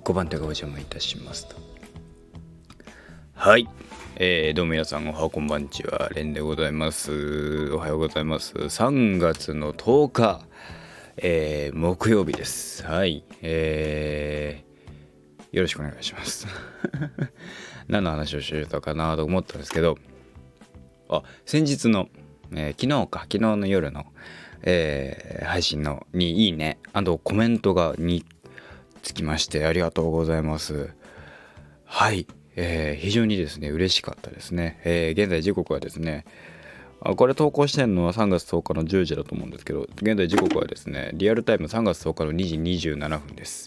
番手がお邪魔いたしますと。はい、どうも皆さんおはこんばんちは、レンでございます。おはようございます。3月の10日、木曜日です。はい、よろしくお願いします何の話をしてたかなと思ったんですけど、先日の、昨日の夜の、配信のにいいねコメントがにつきましてありがとうございます。はい、非常にですね嬉しかったですね。現在時刻はですね、これ投稿してるのは3月10日の10時だと思うんですけど、現在時刻はですねリアルタイム3月10日の2時27分です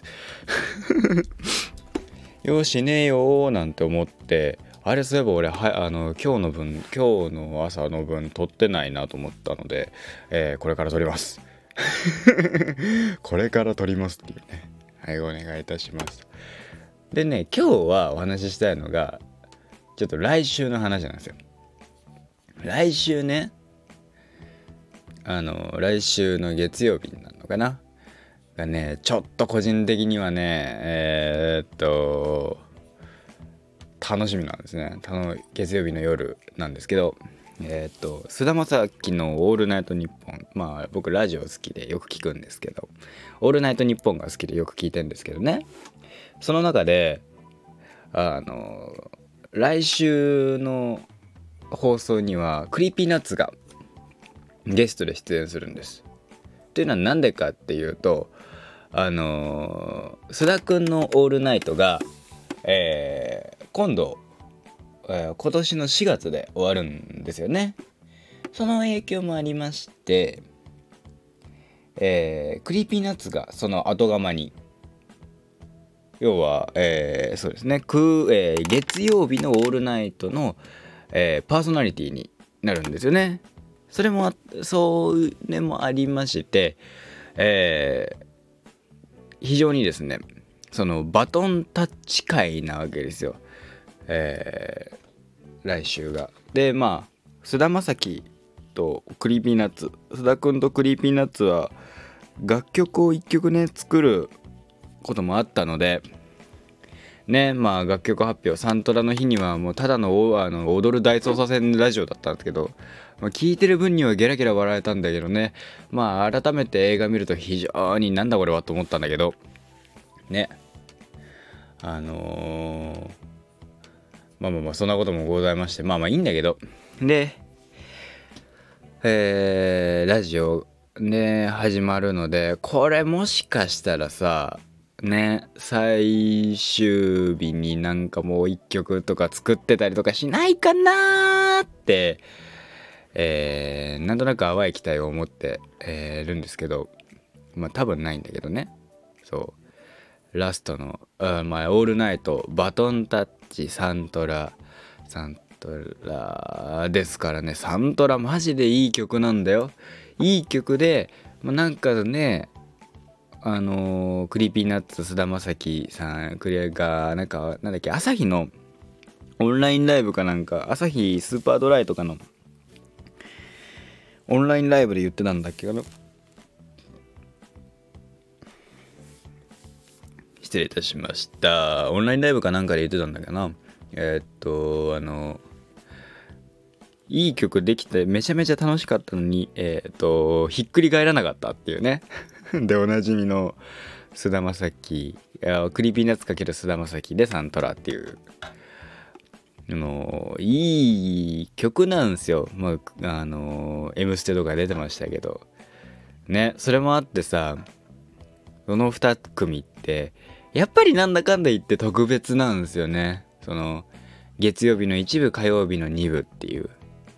よしねえよーなんて思って、あれそういえば俺今日の朝の分撮ってないなと思ったので、これから撮りますこれから撮りますっていうね。はい、お願いいたします。でね、今日はお話ししたいのがちょっと来週の話なんですよ。来週ね、来週の月曜日になるのかながね、ちょっと個人的にはね楽しみなんですね。月曜日の夜なんですけど、菅田将暉の「オールナイトニッポン」、僕ラジオ好きでよく聞くんですけど、オールナイトニッポンが好きでよく聞いてるんですけどね、その中で来週の放送にはクリーピーナッツがゲストで出演するんです。っていうのはなんでかっていうと、須田くんの「オールナイトが」今度、今年の4月で終わるんですよね。その影響もありまして、クリーピーナッツがその後釜に、要は、そうですね、月曜日の「オールナイトの」パーソナリティになるんですよね。それもありまして、非常にですね、そのバトンタッチ会なわけですよ、来週が。で菅田将暉とクリーピーナッツ、須田くんとクリーピーナッツは楽曲を1曲ね作ることもあったのでね、楽曲発表サントラの日にはもうただの踊る大捜査線ラジオだったんですけど、聞いてる分にはゲラゲラ笑えたんだけどね、改めて映画見ると非常になんだこれはと思ったんだけどね、そんなこともございまして、いいんだけど、でラジオね始まるので、これもしかしたらさね、最終日になんかもう一曲とか作ってたりとかしないかなーって、なんとなく淡い期待を持って、るんですけど、多分ないんだけどね。そうラストのオールナイトバトンタッチサントラですからね。サントラマジでいい曲なんだよ。いい曲で、なんかね、クリーピーナッツ菅田将暉さんがなんだっけ、朝日のオンラインライブかなんか、朝日スーパードライとかのオンラインライブで言ってたんだっけかな。失礼いたしました。オンラインライブかなんかで言ってたんだけどな。いい曲できてめちゃめちゃ楽しかったのに、ひっくり返らなかったっていうねでおなじみの菅田将暉、クリーピーナッツ×菅田将暉でサントラっていういい曲なんですよ。M ステとか出てましたけどね。それもあってさ、その2組ってやっぱりなんだかんだ言って特別なんですよね。その月曜日の1部火曜日の2部っていう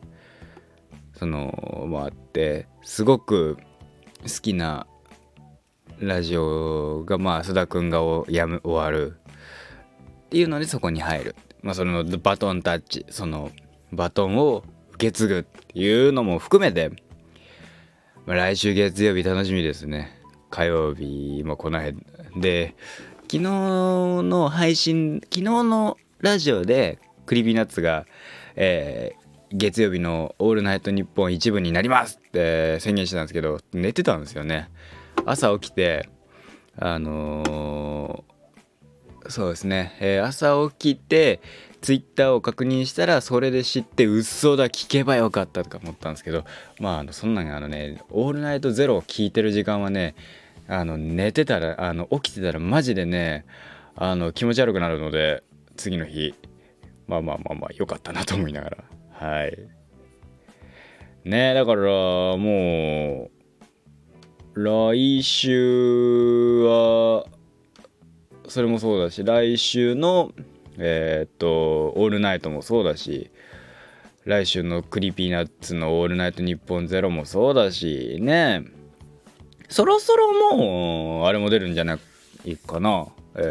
もあって、すごく好きなラジオが須田くんが終わるっていうのでそこに入る、そのバトンタッチ、そのバトンを受け継ぐっていうのも含めて、来週月曜日楽しみですね。火曜日もこの辺で、昨日のラジオでクリーピーナッツが、月曜日のオールナイトニッポン一部になりますって宣言してたんですけど、寝てたんですよね。朝起きてそうですね、朝起きてツイッターを確認したらそれで知って、嘘だ聞けばよかったとか思ったんですけど、まあそんなんオールナイトゼロを聞いてる時間はね、寝てたら起きてたらマジでね気持ち悪くなるので、次の日まあ良かったなと思いながら、はいね。だからもう来週はそれもそうだし、来週のオールナイトもそうだし、来週のクリーピーナッツのオールナイトニッポンゼロもそうだしね。そろそろもうあれも出るんじゃないかな。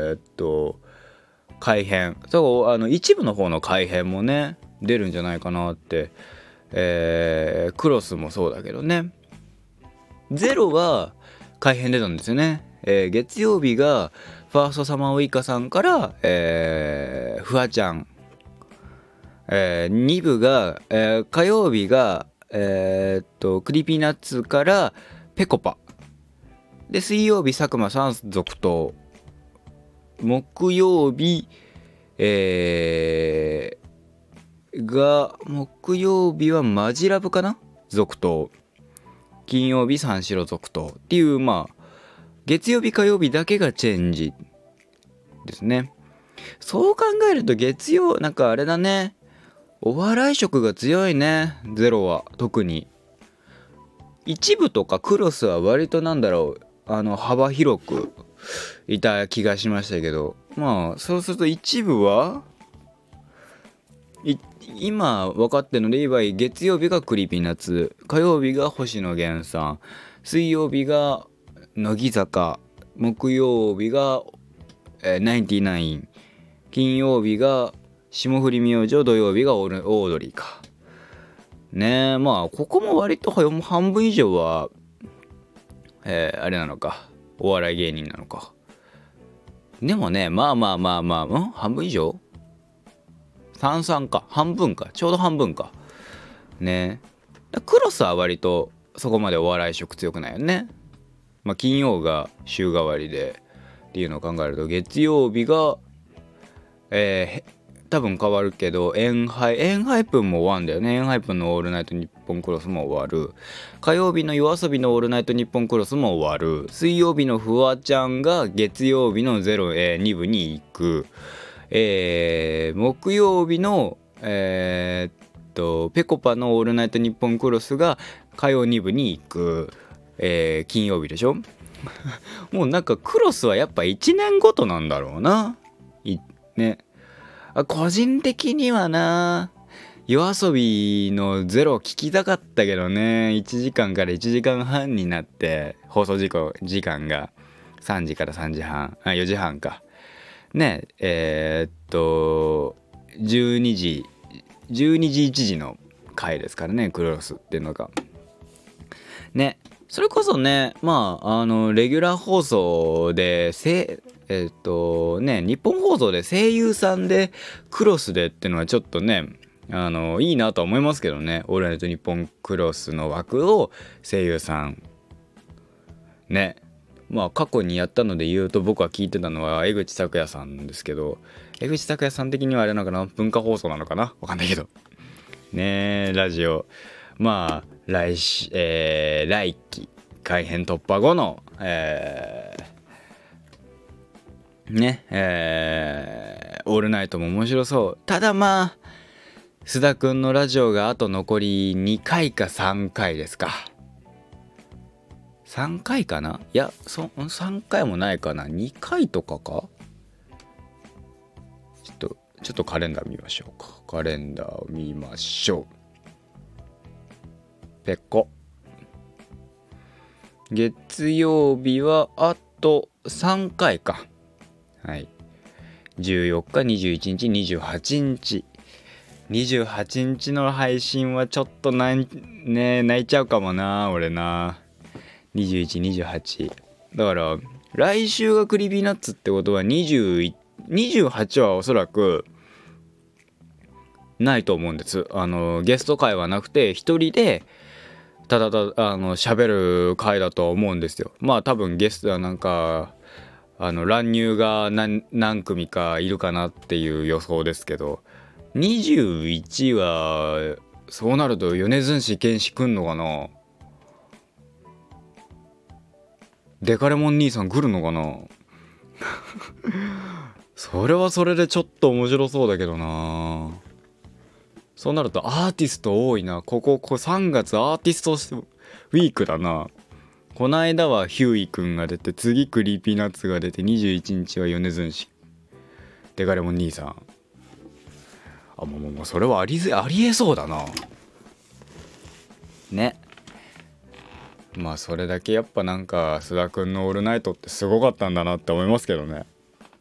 改編、そう一部の方の改編もね出るんじゃないかなって、クロスもそうだけどね。ゼロは改編出たんですよね。月曜日がファーストサマーウイカさんから、フワちゃん、2部が、火曜日が、クリーピーナッツからペコパで、水曜日佐久間さん続投、木曜日木曜日はマジラブかな続投、金曜日三四郎続投っていう、まあ月曜日火曜日だけがチェンジですね。そう考えると月曜なんかあれだね、お笑い色が強いね、ゼロは。特に一部とかクロスは割となんだろう、幅広くいた気がしましたけど、まあそうすると一部は今分かってるので言えば、月曜日がクリーピーナッツ、火曜日が星野源さん、水曜日が乃木坂、木曜日が、ナインティナイン、金曜日が霜降り明星、土曜日がオードリーかね。えまあここも割と半分以上は、あれなのか、お笑い芸人なのか。でもね、まあ半分以上、33か、半分か、ちょうど半分かね。クロスは割とそこまでお笑い色強くないよね。まあ金曜が週替わりでっていうのを考えると、月曜日が多分変わるけど、エンハイプンも終わんだよね。エンハイプンのオールナイトニッポンクロスも終わる。火曜日の夜遊びのオールナイトニッポンクロスも終わる。水曜日のフワちゃんが月曜日の2部に行く。木曜日のペコパのオールナイトニッポンクロスが火曜2部に行く。金曜日でしょもうなんかクロスはやっぱ1年ごとなんだろうな。ね。個人的にはな、夜遊びのゼロ聞きたかったけどね。1時間から1時間半になって、放送時間が3時から3時半、4時半かね。12時1時の回ですからね、クロスっていうのがね。それこそね、まあレギュラー放送で日本放送で声優さんでクロスでっていうのはちょっとね、いいなとは思いますけどね。オールナイトニッポンクロスの枠を声優さんね。まあ過去にやったので言うと、僕は聞いてたのは江口拓也さんですけど、江口拓也さん的にはあれなのかな、文化放送なのかな、わかんないけどね。ラジオ、まあ来期改編突破後のオールナイトも面白そう。ただまあ須田くんのラジオがあと残り2回か3回ですか。3回かな、いや3回もないかな、2回とかか。ちょっとカレンダー見ましょうか。カレンダーを見ましょう。ペコ、月曜日はあと3回か。はい。14日、21日、28日。28日の配信はちょっと泣いちゃうかもな、俺な。21、28。だから、来週がクリビーナッツってことは28はおそらくないと思うんです。ゲスト会はなくて、一人で、ただ喋る回だと思うんですよ。まあ多分ゲストはなんか乱入が何組かいるかなっていう予想ですけど、21はそうなると米津玄師剣士来んのかな。デカレモン兄さん来るのかな。それはそれでちょっと面白そうだけどな。そうなるとアーティスト多いな。ここ3月アーティストウィークだな。この間はヒューイくんが出て、次クリーピーナッツが出て、21日は米津玄師、デカレモン兄さん。もうそれはありえそうだなね。まあそれだけやっぱなんか須田くんのオールナイトってすごかったんだなって思いますけどね。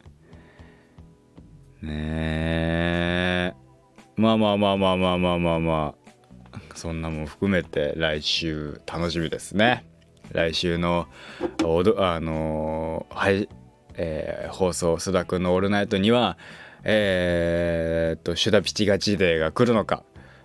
ねえ、まあそんなもん含めて来週楽しみですね。来週の放送須田くんのオールナイトにはシュダピチガチ勢が来るのか。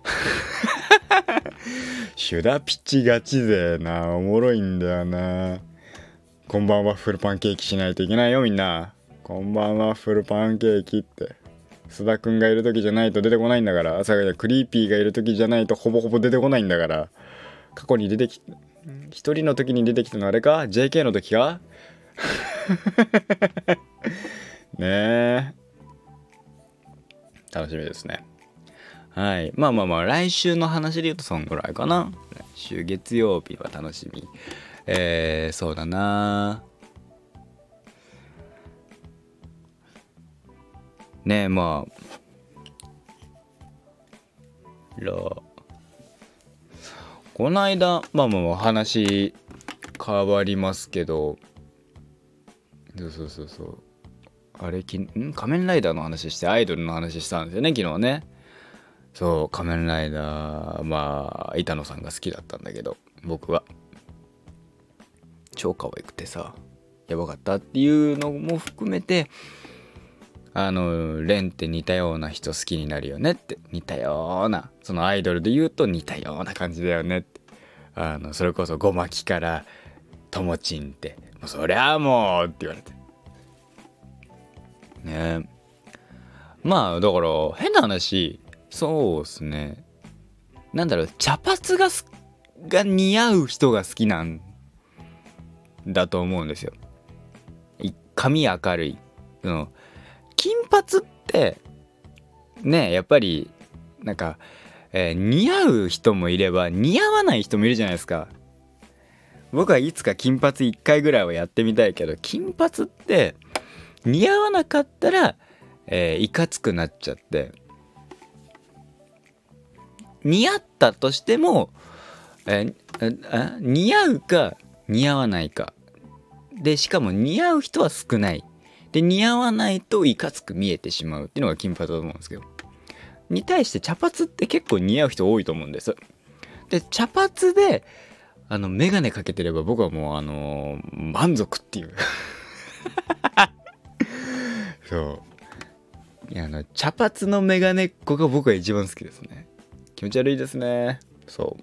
シュダピチガチ勢な、おもろいんだよな。こんばんはフルパンケーキしないといけないよみんな。こんばんはフルパンケーキって須田くんがいる時じゃないと出てこないんだから。クリーピーがいる時じゃないとほぼほぼ出てこないんだから。過去に出てき一人の時に出てきたのあれか JK の時か。ねえ、楽しみですね。はい、まあ来週の話で言うとそんぐらいかな。来週月曜日は楽しみ。そうだなねえ、まあこの間まあ話変わりますけど、そうあれ仮面ライダーの話してアイドルの話したんですよね、昨日ね。そう、仮面ライダー、まあ板野さんが好きだったんだけど、僕は超可愛くてさ、やばかったっていうのも含めて、レンって似たような人好きになるよねって、似たような、そのアイドルで言うと似たような感じだよねって、それこそゴマキからともちんって、もうそりゃもうって言われてね。まあだから変な話、そうっすね、なんだろう、茶髪が似合う人が好きなんだと思うんですよ。髪明るい、金髪ってね、やっぱりなんか、似合う人もいれば似合わない人もいるじゃないですか。僕はいつか金髪1回ぐらいはやってみたいけど、金髪って似合わなかったら、いかつくなっちゃって、似合ったとしても、似合うか似合わないかで、しかも似合う人は少ないで、似合わないといかつく見えてしまうっていうのが金髪だと思うんですけど、に対して茶髪って結構似合う人多いと思うんです。で、茶髪でメガネかけてれば僕はもう満足っていう。そう、いや、茶髪のメガネっ子が僕は一番好きですね。気持ち悪いですね。そう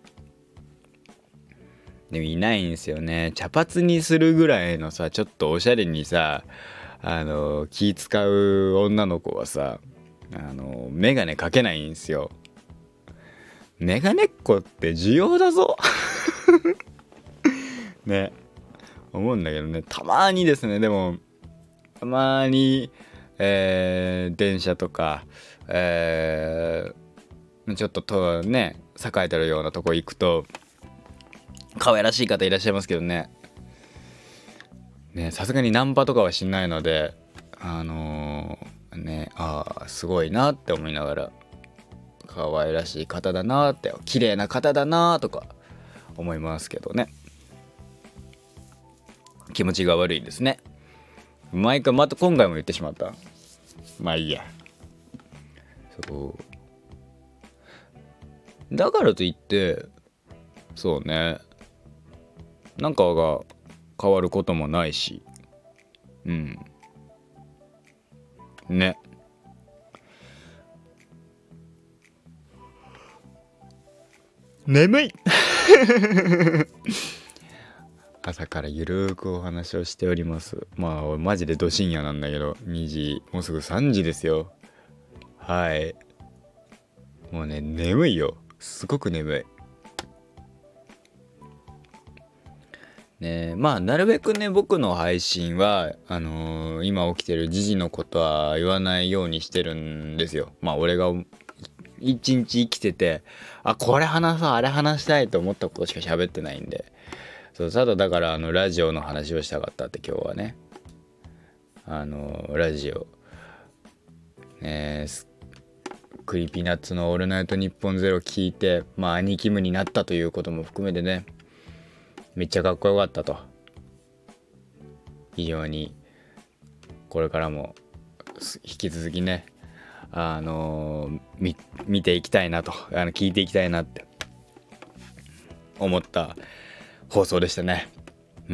でもいないんですよね、茶髪にするぐらいのさ、ちょっとおしゃれにさ、気使う女の子はさ、メガネかけないんですよ。メガネっ子って需要だぞ。ね、思うんだけどね、たまにですね。でもたまに、電車とか、ちょっとね栄えてるようなとこ行くと可愛らしい方いらっしゃいますけどね。さすがにナンパとかはしないので、すごいなって思いながら、可愛らしい方だなって、綺麗な方だなとか思いますけどね。気持ちが悪いですね。毎回また今回も言ってしまった。まあいいや。そうだからといってそうね、なんかが変わることもないし、ね。眠い。 朝からゆるーくお話をしております。まあマジでど深夜なんだけど、2時もうすぐ3時ですよ。はい、もうね眠いよ、すごく眠いね。まあなるべくね僕の配信は今起きてる時事のことは言わないようにしてるんですよ。まあ俺が一日生きてて、あ、これ話そうあれ話したいと思ったことしか喋ってないんで。そう、ただだからラジオの話をしたかったって今日はね、ラジオね、クリーピーナッツの「オールナイトニッポンゼロ聞いて、まあ兄貴ムになったということも含めてね、めっちゃかっこよかったと。非常にこれからも引き続きね、見ていきたいなと、聞いていきたいなって思った放送でしたね。うん。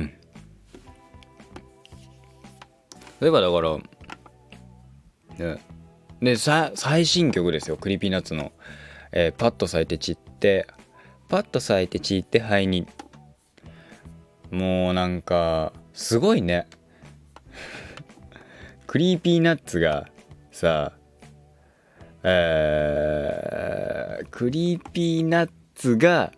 例えばだからね、で最新曲ですよ、クリーピーナッツの、パッと咲いて散ってパッと咲いて散って灰に。もうなんかすごいね。クリーピーナッツがさ、クリーピーナッツが、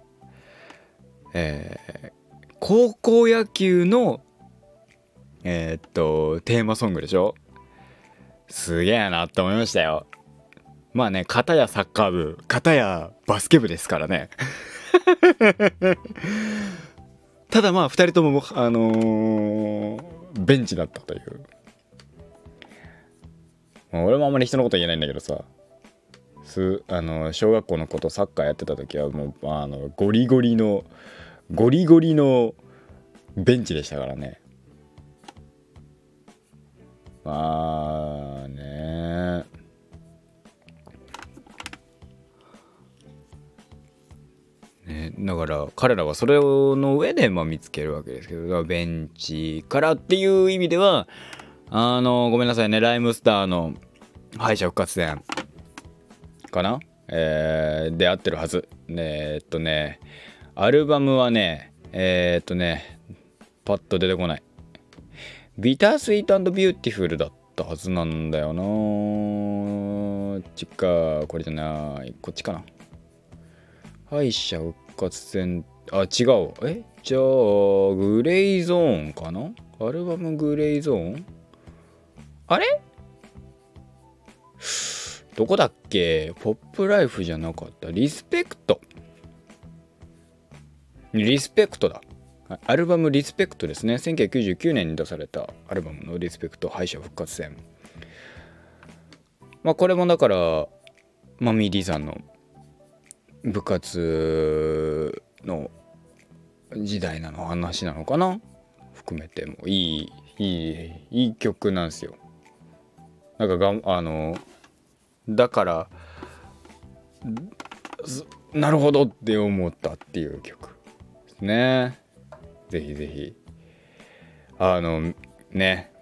高校野球のテーマソングでしょ。すげえなって思いましたよ。まあね、片やサッカー部片やバスケ部ですからね。ただまあ2人ともベンチだったという。俺もあんまり人のこと言えないんだけどさ、小学校のことサッカーやってた時はもうゴリゴリのベンチでしたからね。まあね、だから彼らはそれの上で見つけるわけですけど、ベンチからっていう意味ではごめんなさいね、ライムスターの敗者復活戦かな、で合ってるはず。アルバムはねパッと出てこない。ビタースイート&ビューティフルだったはずなんだよな。これじゃない、こっちかな。敗者復活戦、あ、違う。じゃあグレイゾーンかな。アルバムグレイゾーン、あれどこだっけ。ポップライフじゃなかった。リスペクトだ。アルバムリスペクトですね。1999年に出されたアルバムのリスペクト敗者復活戦。これもだからマミー D さんの部活の時代の話なのかな、含めてもいい曲なんですよ。なんかだからなるほどって思ったっていう曲ですね。ぜひぜひね、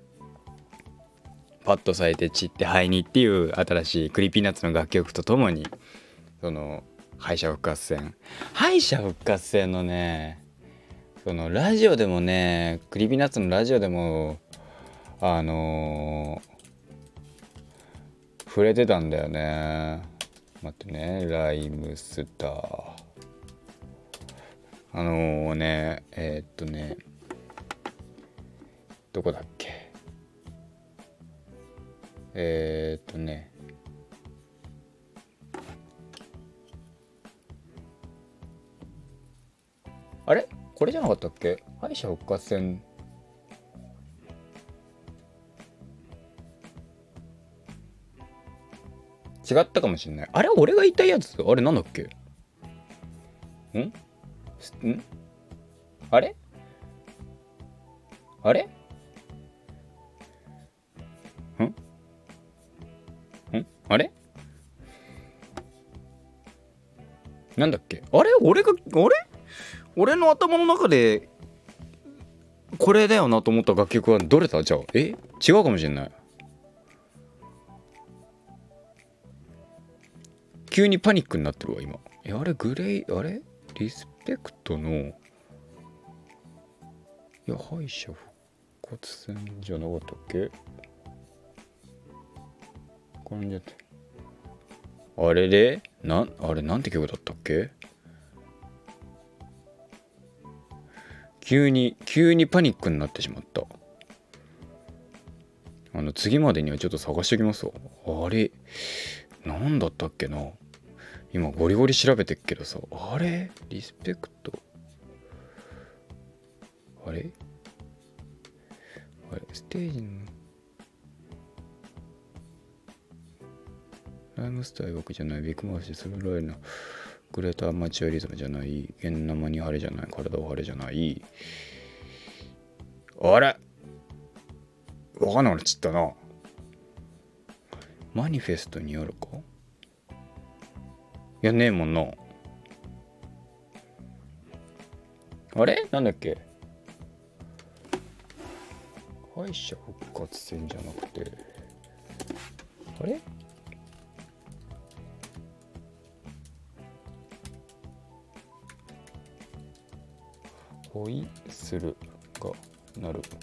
パッと咲いて散って灰にっていう新しいクリーピーナッツの楽曲とともに、その敗者復活戦のね、そのラジオでもね、クリーピーナッツのラジオでも触れてたんだよね。待ってね、ライムスターどこだっけ。あれこれじゃなかったっけ、敗者復活戦。違ったかもしれない。あれ俺が言いたいやつ、あれなんだっけ。んあれあれあれなんだっけ。あれ俺の頭の中でこれだよなと思った楽曲はどれだ。じゃあ違うかもしれない。急にパニックになってるわ今。あれリスペクトのいや敗者復活戦じゃなかったっけ。これじゃってあれであれなんて曲だったっけ。急にパニックになってしまった。次までにはちょっと探しておきますわ。あれなんだったっけな。今ゴリゴリ調べてっけどさ、あれリスペクト、あれステージのライムスター枠じゃない、ビッグマウス、スルーロイのグレーターマチュアリズムじゃない、ゲンナマに晴れじゃない、体を晴れじゃない、あれわかんなくなっちゃったな。マニフェストにあるか。いやねえもんな。あれなんだっけ。敗者復活戦じゃなくて、あれホイッスルが鳴る。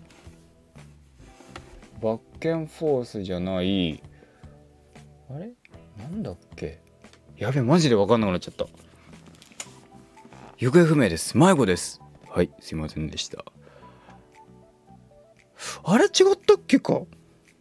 バッケンフォースじゃない、あれなんだっけ。やべマジで分かんなくなっちゃった。行方不明です。迷子です。はい、すいませんでした。あれ違ったっけか。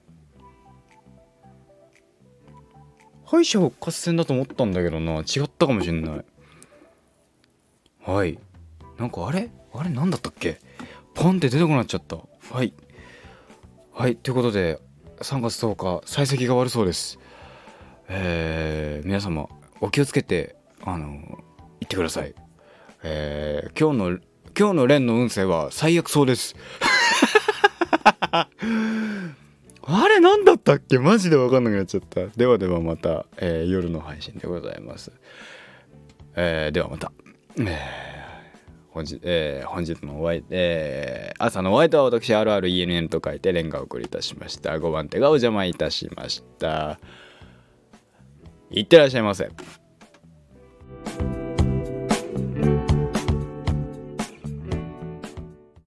敗者復活戦だと思ったんだけどな、違ったかもしんない。はい、なんかあれなんだったっけ。ポンって出てこなっちゃった。はいということで3月10日幸先が悪そうです。皆様お気をつけて行ってください。今日の連の運勢は最悪そうです。あれなんだったっけ、マジで分かんなくなっちゃった。ではまた、夜の配信でございます。ではまた、本日の朝のお相手は私 RRENN と書いてレンガをお送りいたしました。5番手がお邪魔いたしました。いってらっしゃいませ。